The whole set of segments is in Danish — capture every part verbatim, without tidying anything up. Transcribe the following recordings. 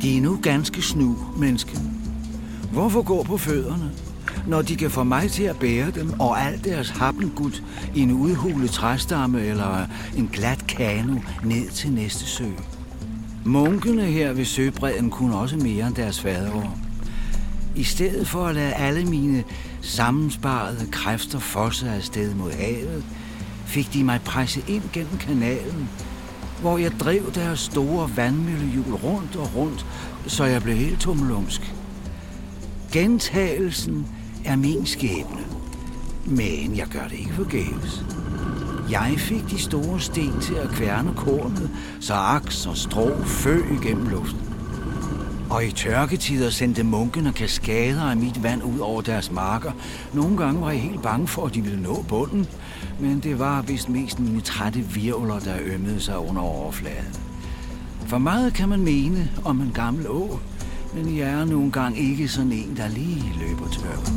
De er nu ganske snu, menneske. Hvorfor gå på fødderne, når de kan få mig til at bære dem og alt deres happengud i en udhulet træstamme eller en glat kano ned til næste sø? Munkene her ved søbredden kunne også mere end deres faderår. I stedet for at lade alle mine sammensparede kræfter fosse afsted mod havet, fik de mig presset ind gennem kanalen, hvor jeg drev deres store vandmøllehjul rundt og rundt, så jeg blev helt tummelumsk. Gentagelsen er min skæbne, men jeg gør det ikke forgæves. Jeg fik de store sten til at kværne kornet, så aks og strå føg igennem luften. Og i tørketider sendte munkene kaskader af mit vand ud over deres marker. Nogle gange var jeg helt bange for, at de ville nå bunden, men det var vist mest mine trætte virvler, der ømmede sig under overfladen. For meget kan man mene om en gammel å, men jeg er nogle gange ikke sådan en, der lige løber tør.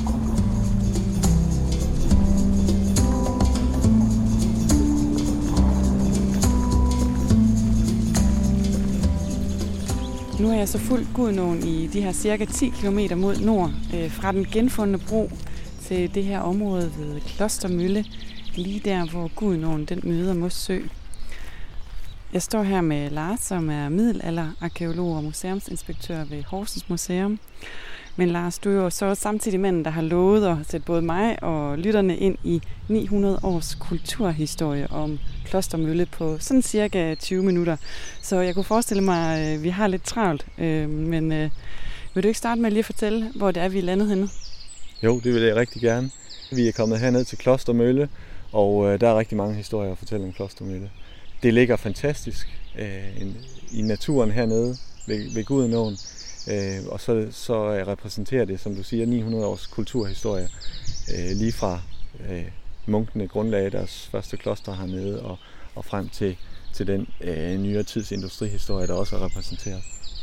Nu er jeg så fuldt Gudenåen i de her cirka ti kilometer mod nord, øh, fra den genfundne bro til det her område ved Klostermølle, lige der, hvor Gudenåen den møder Mossø. Jeg står her med Lars, som er middelalderarkæolog og museumsinspektør ved Horsens Museum. Men Lars, du er jo så samtidig manden, der har lovet at sætte både mig og lytterne ind i ni hundrede års kulturhistorie om Klostermølle på sådan cirka tyve minutter. Så jeg kunne forestille mig, at vi har lidt travlt. Men vil du ikke starte med lige at fortælle, hvor det er, vi er landet henne? Jo, det vil jeg rigtig gerne. Vi er kommet herned til Klostermølle, og der er rigtig mange historier at fortælle om Klostermølle. Det ligger fantastisk i naturen hernede ved, ved Gudenåen. Øh, og så, så repræsenterer det, som du siger, ni hundrede års kulturhistorie, øh, lige fra øh, munkene grundlagde deres første kloster hernede, og, og frem til, til den øh, nyere tids industrihistorie, der også er repræsenteret.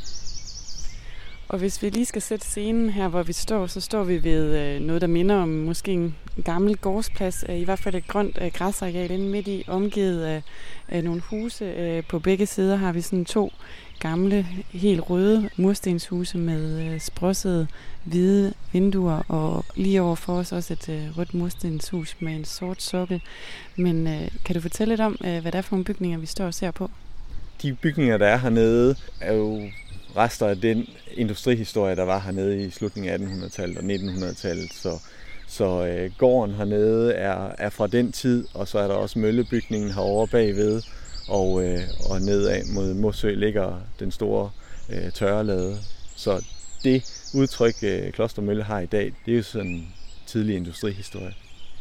Og hvis vi lige skal sætte scenen her, hvor vi står, så står vi ved øh, noget, der minder om måske en gammel gårdsplads, øh, i hvert fald et grønt øh, græsareal inde midt i, omgivet af øh, nogle huse. Øh, på begge sider har vi sådan to gamle, helt røde murstenshuse med øh, sprossede hvide vinduer, og lige over for os også et øh, rødt murstenshus med en sort sokkel. Men øh, kan du fortælle lidt om, øh, hvad det er for nogle bygninger, vi står og ser på? De bygninger, der er hernede, er jo rester af den industrihistorie, der var hernede i slutningen af attenhundredetallet og nittenhundredetallet. Så, så øh, gården hernede er, er fra den tid, og så er der også møllebygningen herovre bagved. Og, øh, og nedad mod Mossø ligger den store øh, tørrelade. Så det udtryk, øh, Klostermølle har i dag, det er jo sådan en tidlig industrihistorie.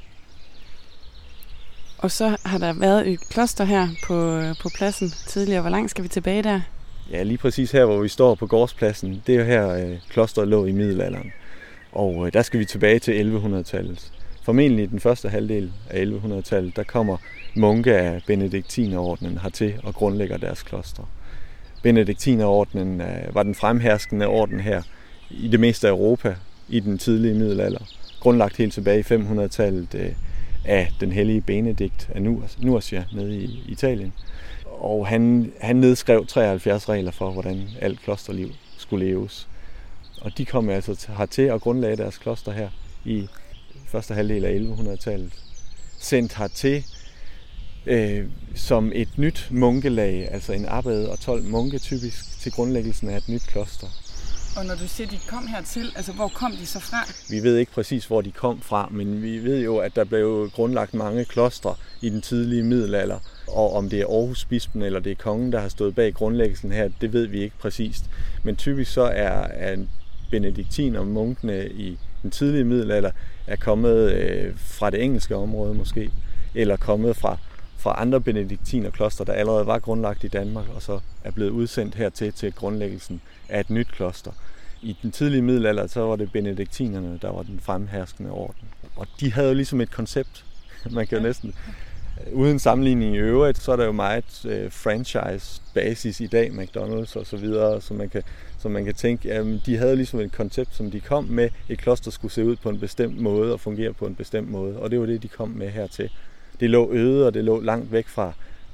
Og så har der været et kloster her på, på pladsen tidligere. Hvor langt skal vi tilbage der? Ja, lige præcis her, hvor vi står på gårdspladsen. Det er jo her, øh, klosteret lå i middelalderen. Og øh, der skal vi tilbage til ellevehundredetallet. Formentlig i den første halvdel af ellevehundredetallet, der kommer munke af Benediktinerordenen hertil og grundlægger deres kloster. Benediktinerordenen var den fremherskende orden her i det meste af Europa i den tidlige middelalder. Grundlagt helt tilbage i femhundredetallet af den hellige Benedikt af Nursia nede i Italien. Og han, han nedskrev treoghalvfjerds regler for, hvordan alt klosterliv skulle leves. Og de kom altså hertil og grundlagde deres kloster her i første halvdel af ellevehundredetallet. Sendt hertil øh, som et nyt munkelag, altså en abbed og tolv munke typisk, til grundlæggelsen af et nyt kloster. Og når du siger, de kom hertil, altså hvor kom de så fra? Vi ved ikke præcis, hvor de kom fra, men vi ved jo, at der blev grundlagt mange klostre i den tidlige middelalder. Og om det er Aarhusbispen eller det er kongen, der har stået bag grundlæggelsen her, det ved vi ikke præcist. Men typisk så er, er benediktiner munkene i den tidlige middelalder er kommet øh, fra det engelske område måske, eller kommet fra, fra andre benediktinerkloster, der allerede var grundlagt i Danmark, og så er blevet udsendt hertil til grundlæggelsen af et nyt kloster. I den tidlige middelalder, så var det benediktinerne, der var den fremherskende orden. Og de havde jo ligesom et koncept, man kan jo næsten, uden sammenligning i øvrigt, så er der jo meget øh, franchise-basis i dag, McDonald's og så videre, så man kan, så man kan tænke, jamen, de havde ligesom et koncept, som de kom med, et kloster skulle se ud på en bestemt måde og fungere på en bestemt måde, og det var det, de kom med hertil. Det lå øde, og det lå langt væk fra,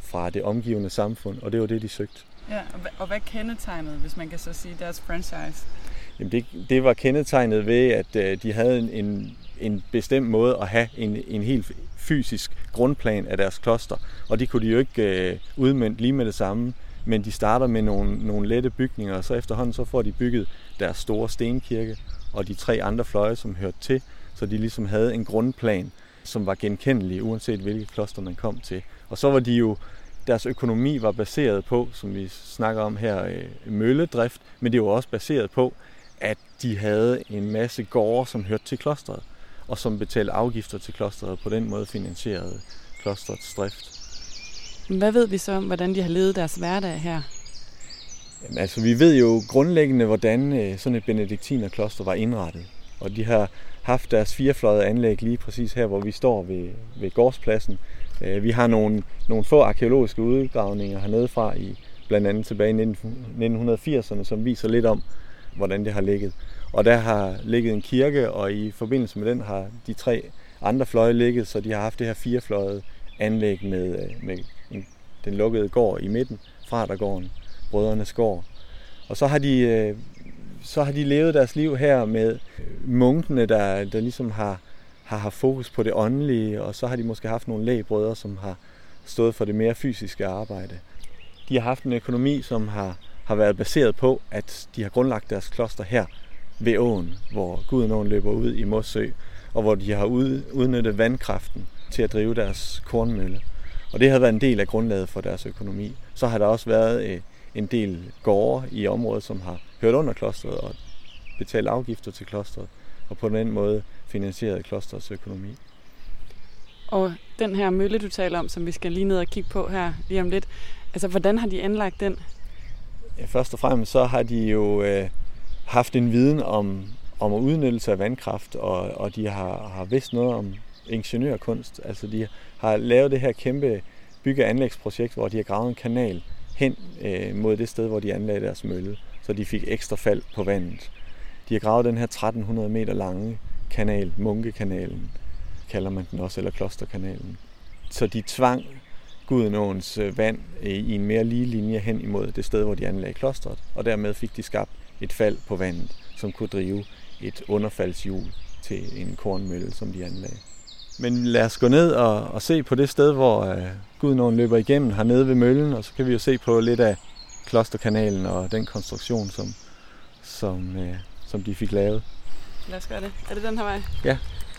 fra det omgivende samfund, og det var det, de søgte. Ja, og hvad, og hvad kendetegnede, hvis man kan så sige, deres franchise? Jamen det, det var kendetegnet ved, at øh, de havde en, en, en bestemt måde at have en, en helt fysisk grundplan af deres kloster, og det kunne de jo ikke øh, udmønte lige med det samme, men de starter med nogle, nogle lette bygninger, og så efterhånden så får de bygget deres store stenkirke og de tre andre fløje, som hørte til, så de ligesom havde en grundplan, som var genkendelig, uanset hvilket kloster man kom til. Og så var de jo, deres økonomi var baseret på, som vi snakker om her, mølledrift, men det var også baseret på, at de havde en masse gårde, som hørte til klosteret, og som betalte afgifter til klosteret, og på den måde finansierede klosterets drift. Hvad ved vi så om, hvordan de har levet deres hverdag her? Jamen, altså, vi ved jo grundlæggende, hvordan sådan et benediktinerkloster var indrettet. Og de har haft deres firefløjede anlæg lige præcis her, hvor vi står ved, ved gårdspladsen. Vi har nogle, nogle få arkeologiske udgravninger hernede fra, i, blandt andet tilbage i nitten firserne, som viser lidt om, hvordan det har ligget. Og der har ligget en kirke, og i forbindelse med den har de tre andre fløje ligget, så de har haft det her firefløjede anlæg med, med den lukkede gård i midten, Fratergården, Brødrenes gård. Og så har de, så har de levet deres liv her med munkene, der, der ligesom har, har haft fokus på det åndelige, og så har de måske haft nogle lægbrødre, som har stået for det mere fysiske arbejde. De har haft en økonomi, som har, har været baseret på, at de har grundlagt deres kloster her ved åen, hvor Gudenåen løber ud i Mossø, og hvor de har udnyttet vandkraften til at drive deres kornmølle. Og det har været en del af grundlaget for deres økonomi. Så har der også været en del gårde i området, som har hørt under klosteret og betalt afgifter til klosteret, og på den måde finansieret klosterets økonomi. Og den her mølle, du taler om, som vi skal lige ned og kigge på her lige om lidt, altså hvordan har de anlagt den? Ja, først og fremmest så har de jo øh, haft en viden om, om udnyttelse af vandkraft, og, og de har, har vidst noget om ingeniørkunst. Altså de har lavet det her kæmpe bygge- og anlægsprojekt, hvor de har gravet en kanal hen øh, mod det sted, hvor de anlagde deres mølle, så de fik ekstra fald på vandet. De har gravet den her tretten hundrede meter lange kanal, Munkekanalen, kalder man den også, eller Klosterkanalen. Så de tvang Gudenåens vand i en mere lige linje hen imod det sted, hvor de anlagde klosteret, og dermed fik de skabt et fald på vandet, som kunne drive et underfaldshjul til en kornmølle, som de anlagde. Men lad os gå ned og, og se på det sted, hvor uh, Gudenåen løber igennem hernede ved møllen, og så kan vi jo se på lidt af Klosterkanalen og den konstruktion, som, som, uh, som de fik lavet. Lad os gøre det. Er det den her vej? Ja.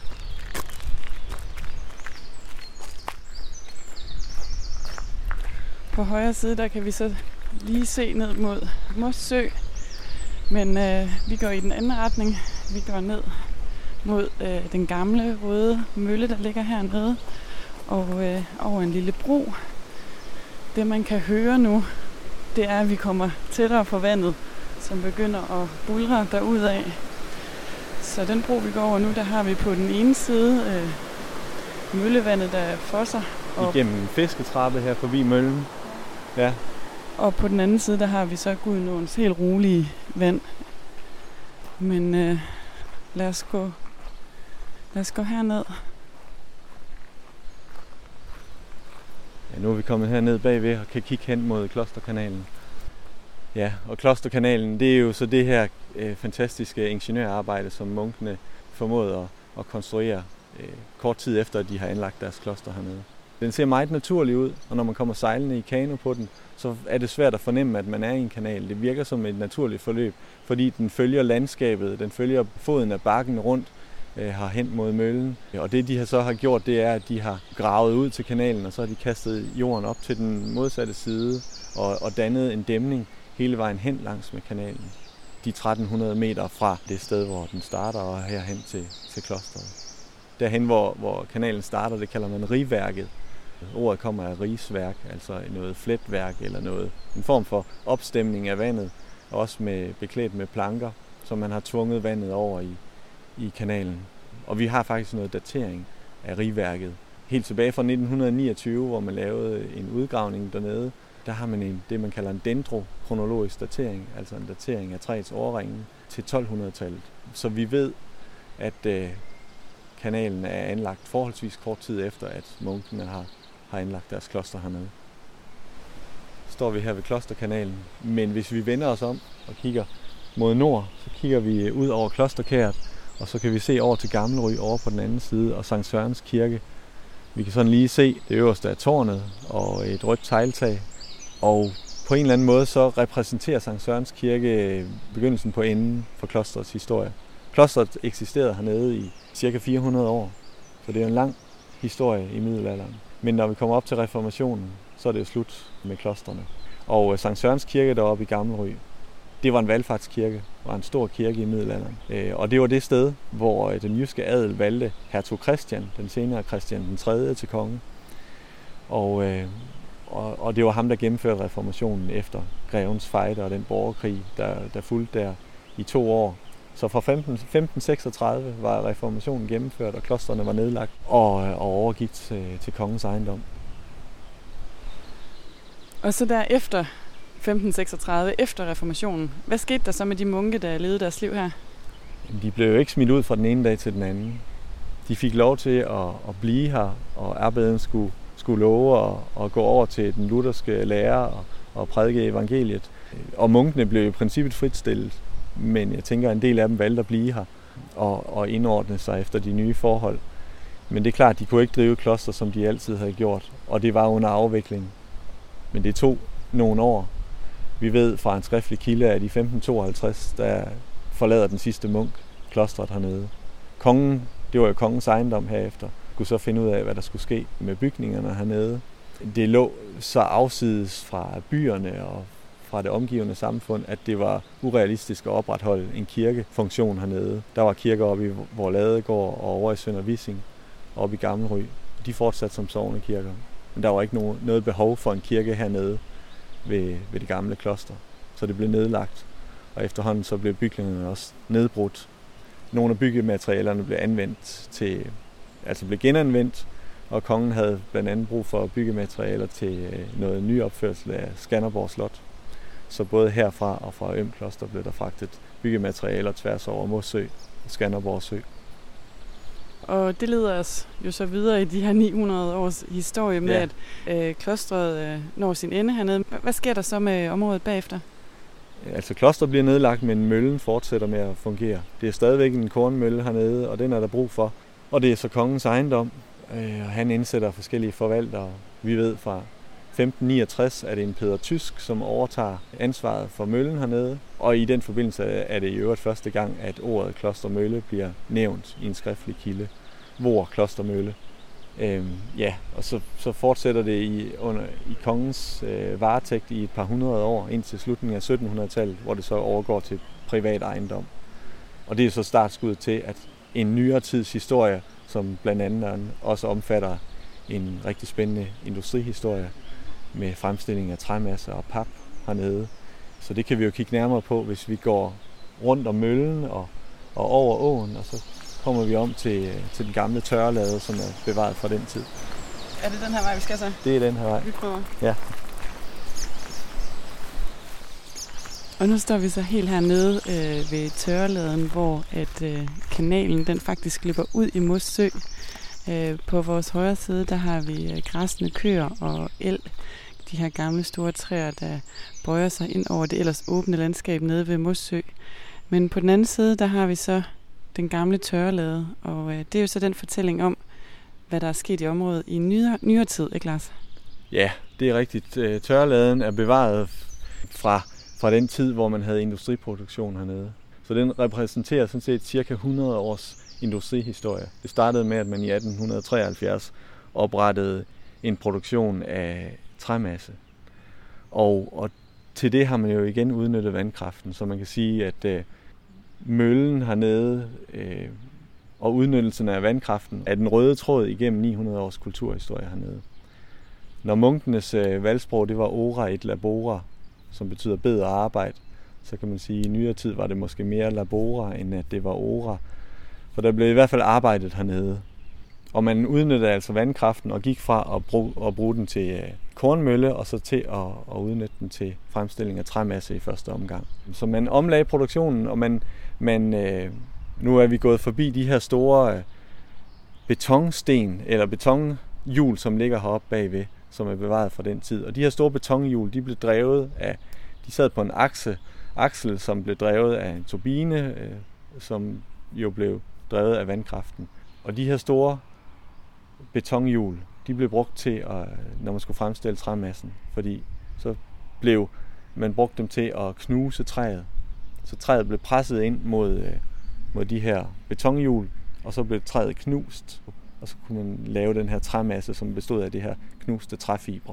På højre side, der kan vi så lige se ned mod Mossø, men øh, vi går i den anden retning. Vi går ned mod øh, den gamle røde mølle, der ligger hernede, og øh, over en lille bro. Det man kan høre nu, det er, at vi kommer tættere på vandet, som begynder at buldre derudad. Så den bro, vi går over nu, der har vi på den ene side øh, møllevandet, der fosser. Og igennem fisketrappe her forbi møllen. Ja. Og på den anden side, der har vi så Gudenåens helt rolige vand. Men øh, lad os gå, lad os gå herned. Ja, nu er vi kommet herned bagved og kan kigge hen mod Klosterkanalen. Ja, og Klosterkanalen, det er jo så det her øh, fantastiske ingeniørarbejde, som munkene formåede at, at konstruere øh, kort tid efter, at de har anlagt deres kloster hernede. Den ser meget naturlig ud, og når man kommer sejlende i kano på den, så er det svært at fornemme, at man er i en kanal. Det virker som et naturligt forløb, fordi den følger landskabet, den følger foden af bakken rundt øh, her hen mod møllen. Og det, de så har gjort, det er, at de har gravet ud til kanalen, og så har de kastet jorden op til den modsatte side og, og dannet en dæmning hele vejen hen langs med kanalen. De tretten hundrede meter fra det sted, hvor den starter, og herhen til, til klosteret. Derhen, hvor, hvor kanalen starter, det kalder man rigværket. Ordet kommer af rigsværk, altså noget fletværk eller noget. En form for opstemning af vandet, også med, beklædt med planker, som man har tvunget vandet over i, i kanalen. Og vi har faktisk noget datering af rigværket. Helt tilbage fra nitten niogtyve, hvor man lavede en udgravning dernede, der har man en, det, man kalder en dendrokronologisk datering, altså en datering af træets årringe til tolv-hundrede-tallet. Så vi ved, at øh, kanalen er anlagt forholdsvis kort tid efter, at munkene har, har anlagt deres kloster hernede. står vi her ved Klosterkanalen. Men hvis vi vender os om og kigger mod nord, så kigger vi ud over Klosterkæret, og så kan vi se over til Gammelry over på den anden side, og Sankt Sørens Kirke. Vi kan sådan lige se det øverste af tårnet og et rødt tegltag. Og på en eller anden måde så repræsenterer Sankt Sørens Kirke begyndelsen på enden for klosterets historie. Klosteret eksisterede hernede i cirka fire hundrede år, så det er en lang historie i middelalderen. Men når vi kommer op til reformationen, så er det slut med klostrene. Og Sankt Sørens Kirke deroppe i Gammelry, det var en valfartskirke, var en stor kirke i middelalderen. Og det var det sted, hvor den jyske adel valgte hertug Christian, den senere Christian den tredje, til konge. Og, og, og det var ham, der gennemførte reformationen efter grevens fejde og den borgerkrig, der, der fulgte der i to år. Så fra femten seksogtredive var reformationen gennemført, og klostrene var nedlagt og, og overgik til, til kongens ejendom. Og så derefter femten seksogtredive, efter reformationen, hvad skete der så med de munke, der levede deres liv her? De blev jo ikke smidt ud fra den ene dag til den anden. De fik lov til at, at blive her, og erbeden skulle, skulle love at, at gå over til den lutherske lærer og, og prædike evangeliet. Og munkene blev i princippet fritstillet, men jeg tænker, at en del af dem valgte at blive her og, og indordne sig efter de nye forhold. Men det er klart, at de kunne ikke drive kloster, som de altid havde gjort, og det var under afvikling. Men det tog nogle år. Vi ved fra en skriftlig kilde, at i femten tooghalvtreds, der forlader den sidste munk klostret hernede. Kongen, det var jo kongens ejendom herefter, kunne så finde ud af, hvad der skulle ske med bygningerne hernede. Det lå så afsides fra byerne og fra det omgivende samfund, at det var urealistisk at opretholde en kirkefunktion hernede. Der var kirker oppe i Vorladegård og over i Sønder Vissing og oppe i Gammelry. De fortsatte som sognekirker. Men der var ikke noget, noget behov for en kirke hernede ved, ved det gamle kloster. Så det blev nedlagt, og efterhånden så blev bygningerne også nedbrudt. Nogle af byggematerialerne blev anvendt til, altså blev genanvendt, og kongen havde blandt andet brug for byggematerialer til noget nyopførsel af Skanderborg Slot. Så både herfra og fra Øm Kloster blev der fragtet byggematerialer tværs over Mossø og Skanderborg Sø. Og det leder os jo så videre i de her ni hundrede års historie med, ja. at øh, klostret øh, når sin ende hernede. Hvad sker der så med området bagefter? Altså klostret bliver nedlagt, men møllen fortsætter med at fungere. Det er stadigvæk en kornmølle hernede, og den er der brug for. Og det er så kongens ejendom, øh, og han indsætter forskellige forvaltere. Vi ved fra femten niogtres er det en Peder Tysk, som overtager ansvaret for møllen hernede. Og i den forbindelse er det i øvrigt første gang, at ordet klostermølle bliver nævnt i en skriftlig kilde. Vor klostermølle. Øhm, ja, og så, så fortsætter det i, under, i kongens øh, varetægt i et par hundrede år, indtil slutningen af syttenhundredetallet, hvor det så overgår til privat ejendom. Og det er så startskuddet til, at en nyere tids historie, som blandt andet også omfatter en rigtig spændende industrihistorie, med fremstilling af træmasser og pap hernede. Så det kan vi jo kigge nærmere på, hvis vi går rundt om møllen og, og over åen, og så kommer vi om til, til den gamle tørrelade, som er bevaret fra den tid. Er det den her vej, vi skal så? Det er den her vej. Vi prøver. Ja. Og nu står vi så helt hernede øh, ved tørreladen, hvor at øh, kanalen den faktisk løber ud i Mossø. På vores højre side, der har vi græsne køer og el. De her gamle store træer, der bøjer sig ind over det ellers åbne landskab nede ved Mossø. Men på den anden side, der har vi så den gamle tørrelade. Og det er jo så den fortælling om, hvad der er sket i området i nyere, nyere tid, ikke Lars? Ja, det er rigtigt. Tørreladen er bevaret fra, fra den tid, hvor man havde industriproduktion hernede. Så den repræsenterer sådan set cirka hundrede års industrihistorie. Det startede med, at man i atten treoghalvfjerds oprettede en produktion af træmasse. Og, og til det har man jo igen udnyttet vandkraften, så man kan sige, at øh, møllen hernede øh, og udnyttelsen af vandkraften er den røde tråd igennem ni hundrede års kulturhistorie hernede. Når munkenes øh, valgsprog, det var ora et labora, som betyder bed og arbejde, så kan man sige, at i nyere tid var det måske mere labora, end at det var ora. For der blev i hvert fald arbejdet hernede. Og man udnyttede altså vandkraften og gik fra at bruge, at bruge den til øh, kornmølle, og så til at, at udnytte den til fremstilling af træmasse i første omgang. Så man omlagde produktionen, og man, man, øh, nu er vi gået forbi de her store øh, betonsten, eller betonhjul, som ligger heroppe bagved. som er bevaret fra den tid. Og de her store betonhjul, de blev drevet af, de sad på en akse, aksel, som blev drevet af en turbine, øh, som jo blev drevet af vandkraften. Og de her store betonhjul, de blev brugt til, at, når man skulle fremstille træmassen, fordi så blev man brugt dem til at knuse træet. Så træet blev presset ind mod, øh, mod de her betonhjul, og så blev træet knust, og så kunne man lave den her træmasse, som bestod af det her knuste træfibre.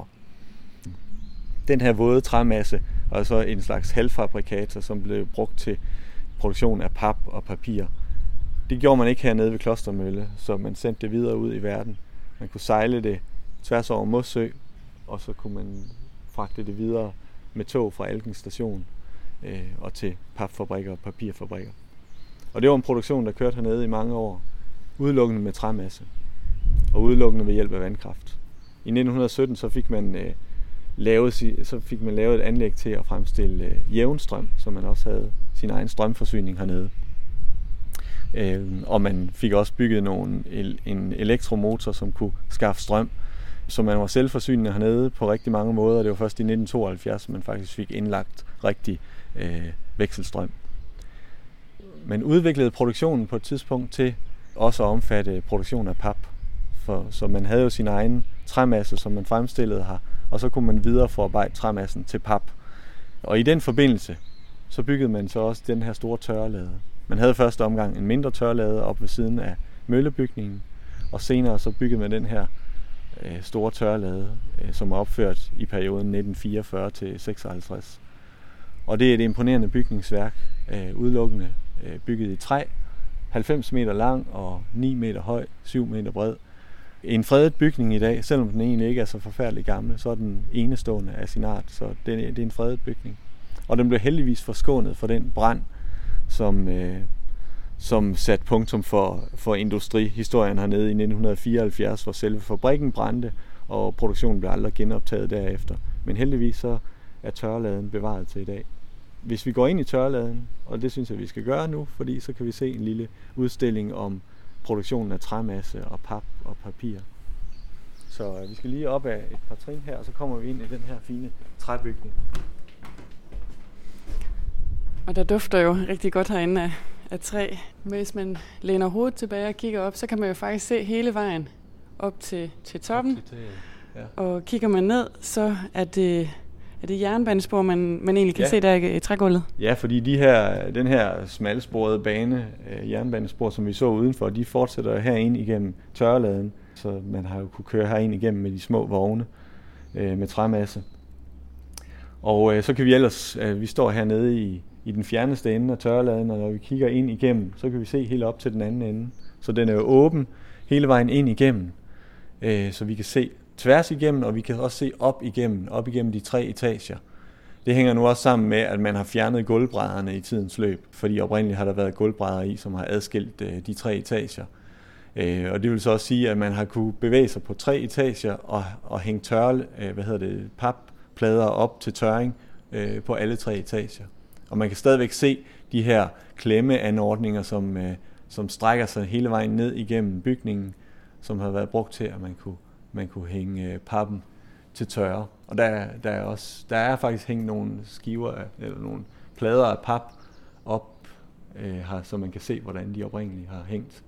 Den her våde træmasse var så en slags halvfabrikator, som blev brugt til produktion af pap og papir. Det gjorde man ikke hernede ved Klostermølle, så man sendte det videre ud i verden. Man kunne sejle det tværs over Mossø, og så kunne man fragte det videre med tog fra Alken station øh, og til papfabrikker og papirfabrikker. Og det var en produktion, der kørte hernede i mange år, udelukkende med træmasse og udelukkende ved hjælp af vandkraft. I nitten sytten så fik man øh, lavet så fik man lavet et anlæg til at fremstille øh, jævnstrøm, så man også havde sin egen strømforsyning hernede. Øh, og man fik også bygget nogle, en elektromotor, som kunne skaffe strøm, så man var selvforsynende hernede på rigtig mange måder. Det var først i nitten tooghalvfjerds, man faktisk fik indlagt rigtig øh, vekselstrøm. Man udviklede produktionen på et tidspunkt til også at omfatte produktion af pap. For, så man havde jo sin egen træmasse, som man fremstillede her, og så kunne man videre forarbejde træmassen til pap. Og i den forbindelse, så byggede man så også den her store tørrelade. Man havde første omgang en mindre tørrelade op ved siden af møllebygningen, og senere så byggede man den her øh, store tørrelade, øh, som er opført i perioden nitten fireogfyrre til seksoghalvtreds. Og det er et imponerende bygningsværk, øh, udelukkende øh, bygget i træ, halvfems meter lang og ni meter høj, syv meter bred. En fredet bygning i dag, selvom den egentlig ikke er så forfærdelig gammel, så er den enestående af sin art, så det er, det er en fredet bygning. Og den blev heldigvis forskånet for den brand, som, øh, som satte punktum for, for industrihistorien hernede i nitten fireoghalvfjerds, hvor selve fabrikken brændte, og produktionen blev aldrig genoptaget derefter. Men heldigvis så er tørreladen bevaret til i dag. Hvis vi går ind i tørreladen, og det synes jeg, vi skal gøre nu, fordi så kan vi se en lille udstilling om produktionen af træmasse og pap og papir. Så øh, vi skal lige op ad et par trin her, og så kommer vi ind i den her fine træbygning. Og der dufter jo rigtig godt herinde af, af træ. Hvis man læner hovedet tilbage og kigger op, så kan man jo faktisk se hele vejen op til, til toppen. Op til, ja. Og kigger man ned, så er det, er det jernbanespor, man, man egentlig kan ja. se der i trægulvet. Ja, fordi de her, den her smalsporede bane, jernbanespor, som vi så udenfor, de fortsætter herind igennem tørreladen. Så man har jo kunne køre herind igennem med de små vogne øh, med træmasse. Og øh, så kan vi ellers, øh, vi står hernede i i den fjerneste ende af tørreladen, og når vi kigger ind igennem, så kan vi se helt op til den anden ende. Så den er jo åben hele vejen ind igennem, øh, så vi kan se tværs igennem, og vi kan også se op igennem, op igennem de tre etager. Det hænger nu også sammen med, at man har fjernet gulvbrædderne i tidens løb, fordi oprindeligt har der været gulvbrædder i, som har adskilt øh, de tre etager. Øh, og det vil så også sige, at man har kunne bevæge sig på tre etager og, og hænge tørre, øh, hvad hedder det, papplader op til tørring øh, på alle tre etager. Og man kan stadigvæk se de her klemmeanordninger, som, øh, som strækker sig hele vejen ned igennem bygningen, som har været brugt til, at man kunne, man kunne hænge øh, pappen til tørre. Og der, der, er også, der er faktisk hængt nogle skiver af, eller nogle plader af pap op, øh, her, så man kan se, hvordan de oprindeligt har hængt.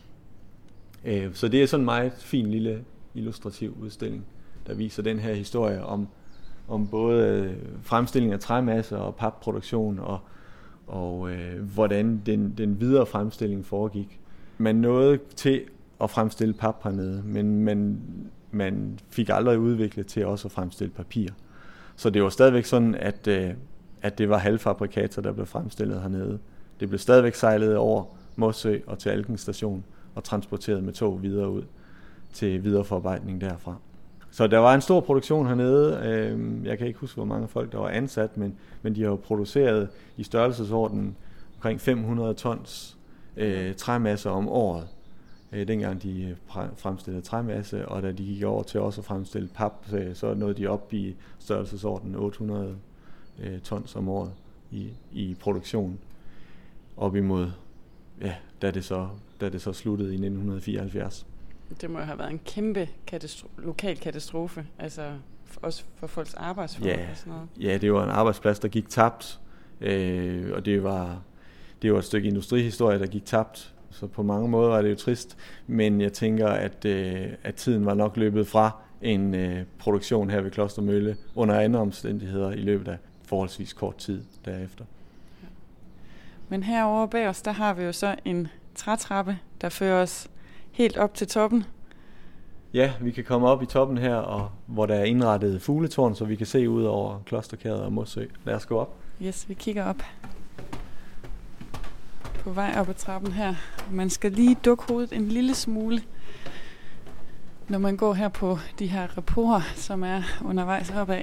Øh, så det er sådan en meget fin lille illustrativ udstilling, der viser den her historie om om både fremstilling af træmasse og papproduktion, og, og øh, hvordan den, den videre fremstilling foregik. Man nåede til at fremstille pap hernede, men man, man fik aldrig udviklet til også at fremstille papir. Så det var stadigvæk sådan, at, øh, at det var halvfabrikater, der blev fremstillet hernede. Det blev stadigvæk sejlet over Mossø og til Alken station og transporteret med tog videre ud til videreforarbejdning derfra. Så der var en stor produktion hernede. Jeg kan ikke huske, hvor mange folk, der var ansat, men, men de har jo produceret i størrelsesorden omkring fem hundrede tons øh, træmasse om året. Øh, dengang de fremstillede træmasse, og da de gik over til også at fremstille pap, så, så nåede de op i størrelsesorden otte hundrede øh, tons om året i, i produktion. Op imod, ja, da det så, da det så sluttede i nitten fireoghalvfjerds. Det må jo have været en kæmpe katastro- lokal katastrofe, altså for, også for folks arbejdsforhold ja, og sådan noget. Ja, det var en arbejdsplads, der gik tabt, øh, og det var, det var et stykke industrihistorie, der gik tabt. Så på mange måder var det jo trist, men jeg tænker, at, øh, at tiden var nok løbet fra en øh, produktion her ved Klostermølle under andre omstændigheder i løbet af forholdsvis kort tid derefter. Ja. Men herovre bag os, der har vi jo så en trætrappe, der fører os helt op til toppen. Ja, vi kan komme op i toppen her, og hvor der er indrettet fugletårn, så vi kan se ud over Klosterkæret og Mossø. Lad os gå op. Yes, vi kigger op. På vej op ad trappen her. Man skal lige dukke hovedet en lille smule, når man går her på de her rapporter, som er undervejs opad.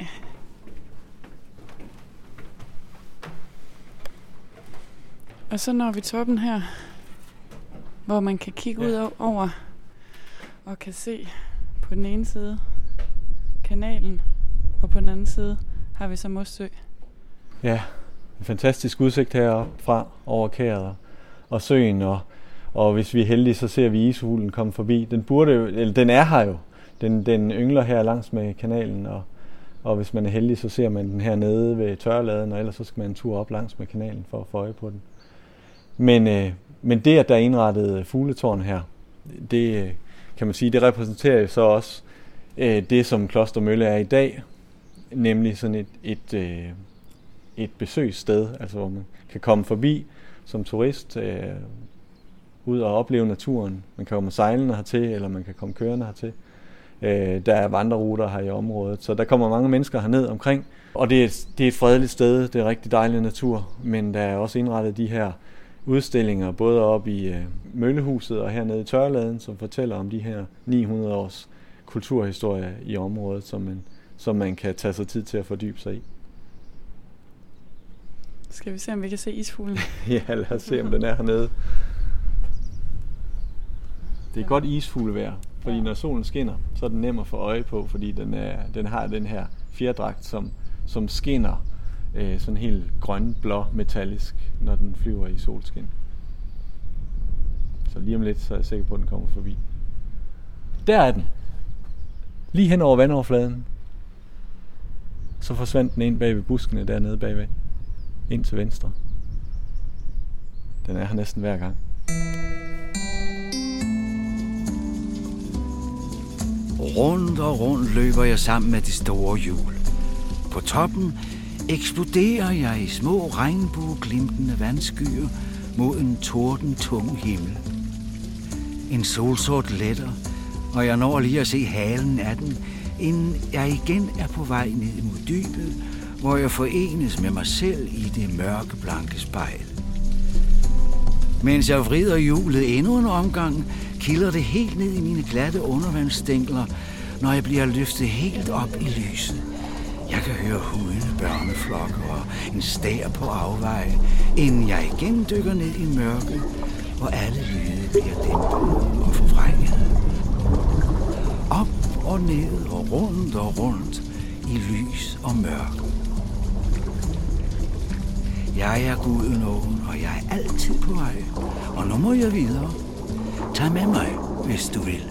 Og så når vi toppen her, hvor man kan kigge ja. ud over og kan se på den ene side kanalen, og på den anden side har vi så Mossø. Ja, en fantastisk udsigt heroppe fra over kæret og søen, og, og hvis vi er heldige, så ser vi ishulen komme forbi. Den burde jo, eller den er her jo. Den, den yngler her langs med kanalen, og, og hvis man er heldig, så ser man den hernede ved tørreladen, og ellers så skal man en tur op langs med kanalen for at få øje på den. Men, øh, men det, at der er indrettet fugletårn her, det kan man sige, det repræsenterer jo så også øh, det, som Klostermølle er i dag, nemlig sådan et, et, øh, et besøgssted, altså hvor man kan komme forbi som turist, øh, ud og opleve naturen. Man kan komme sejlende hertil, eller man kan komme kørende hertil. Øh, der er vandreruter her i området, så der kommer mange mennesker herned omkring. Og det er, et, det er et fredeligt sted, det er rigtig dejlig natur, men der er også indrettet de her udstillinger, både op i øh, Møllehuset og hernede i Tørreladen, som fortæller om de her ni hundrede års kulturhistorie i området, som man, som man kan tage sig tid til at fordybe sig i. Skal vi se, om vi kan se isfuglen? Ja, lad os se, om den er hernede. Det er ja. godt isfuglevejr, fordi ja. når solen skinner, så er den nem at få øje på, fordi den, er, den har den her fjerdragt, som, som skinner øh, sådan helt grøn-blå metallisk, når den flyver i solskin. Så lige om lidt, så er jeg sikker på, at den kommer forbi. Der er den. Lige hen over vandoverfladen. Så forsvandt den ind bag ved buskene dernede bagved. Ind til venstre. Den er her næsten hver gang. Rundt og rundt løber jeg sammen med de store hjul. På toppen eksploderer jeg i små regnbueglimtende vandskyer mod en tordentung himmel. En solsort letter, og jeg når lige at se halen af den, inden jeg igen er på vej ned mod dybet, hvor jeg forenes med mig selv i det mørke, blanke spejl. Mens jeg vrider hjulet endnu en omgang, kilder det helt ned i mine glatte undervandsstængler, når jeg bliver løftet helt op i lyset. Jeg kan høre hudende børneflokke og en stær på afveje, inden jeg igen dykker ned i mørket, hvor alle lyde bliver dæmpet og forvrænget. Op og ned og rundt og rundt i lys og mørke. Jeg er Gudenåen, og jeg er altid på vej. Og nu må jeg videre. Tag med mig, hvis du vil.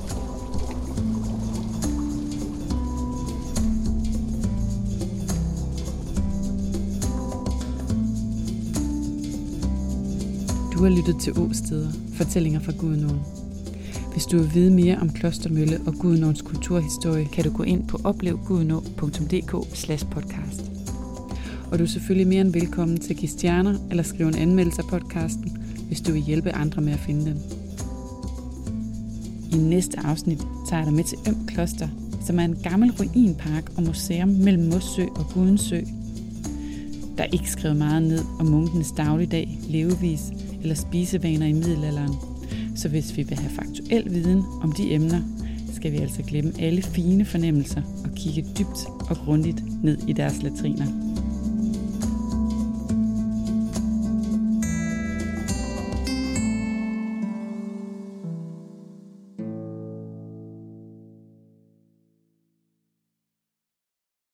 Du har lyttet til Åsteder, fortællinger fra Gudenåen. Hvis du vil vide mere om Klostermølle og Gudenåens kulturhistorie, kan du gå ind på oplev gudenå punktum d k slash podcast. Og du er selvfølgelig mere end velkommen til at give stjerner eller skrive en anmeldelse af podcasten, hvis du vil hjælpe andre med at finde den. I næste afsnit tager jeg dig med til Øm Kloster, som er en gammel ruinpark og museum mellem Mossø og Gudensø. Der er ikke skrevet meget ned om munkenes dagligdag, levevis eller spisevaner i middelalderen. Så hvis vi vil have faktuel viden om de emner, skal vi altså glemme alle fine fornemmelser og kigge dybt og grundigt ned i deres latriner.